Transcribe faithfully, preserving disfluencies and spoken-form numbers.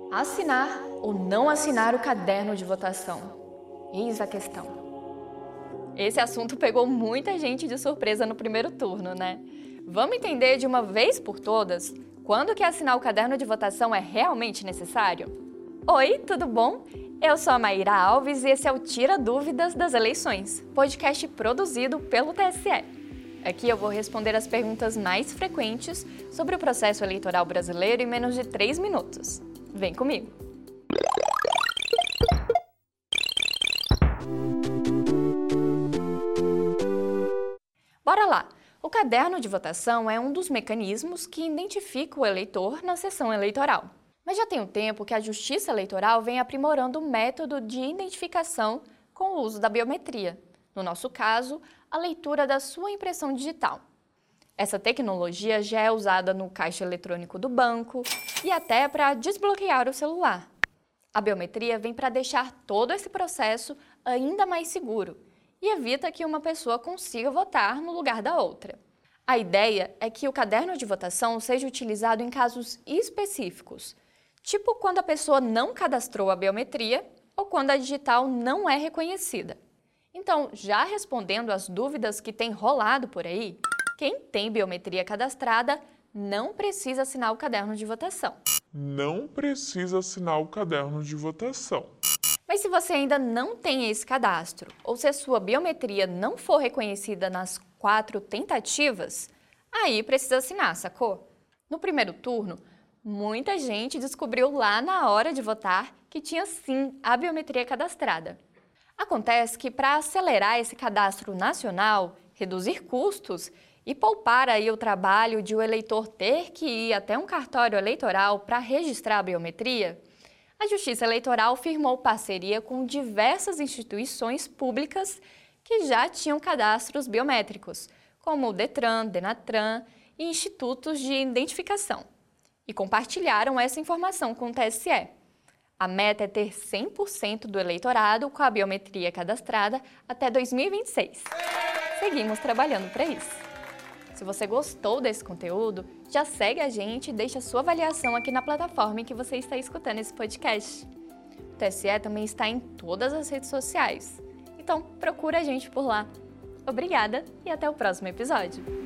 Assinar ou não assinar o caderno de votação? Eis a questão. Esse assunto pegou muita gente de surpresa no primeiro turno, né? Vamos entender de uma vez por todas quando que assinar o caderno de votação é realmente necessário? Oi, tudo bom? Eu sou a Maíra Alves e esse é o Tira Dúvidas das Eleições, podcast produzido pelo T S E. Aqui eu vou responder as perguntas mais frequentes sobre o processo eleitoral brasileiro em menos de três minutos. Vem comigo! Bora lá! O caderno de votação é um dos mecanismos que identifica o eleitor na sessão eleitoral. Mas já tem um tempo que a Justiça Eleitoral vem aprimorando o método de identificação com o uso da biometria. No nosso caso, a leitura da sua impressão digital. Essa tecnologia já é usada no caixa eletrônico do banco e até para desbloquear o celular. A biometria vem para deixar todo esse processo ainda mais seguro e evita que uma pessoa consiga votar no lugar da outra. A ideia é que o caderno de votação seja utilizado em casos específicos, tipo quando a pessoa não cadastrou a biometria ou quando a digital não é reconhecida. Então, já respondendo às dúvidas que têm rolado por aí, quem tem biometria cadastrada não precisa assinar o caderno de votação. Não precisa assinar o caderno de votação. Mas se você ainda não tem esse cadastro, ou se a sua biometria não for reconhecida nas quatro tentativas, aí precisa assinar, sacou? No primeiro turno, muita gente descobriu lá na hora de votar que tinha sim a biometria cadastrada. Acontece que para acelerar esse cadastro nacional, reduzir custos e poupar aí o trabalho de o eleitor ter que ir até um cartório eleitoral para registrar a biometria, a Justiça Eleitoral firmou parceria com diversas instituições públicas que já tinham cadastros biométricos, como o Detran, Denatran e institutos de identificação, e compartilharam essa informação com o T S E. A meta é ter cem por cento do eleitorado com a biometria cadastrada até dois mil e vinte e seis. Seguimos trabalhando para isso. Se você gostou desse conteúdo, já segue a gente e deixa sua avaliação aqui na plataforma em que você está escutando esse podcast. O T S E também está em todas as redes sociais, então procura a gente por lá. Obrigada e até o próximo episódio!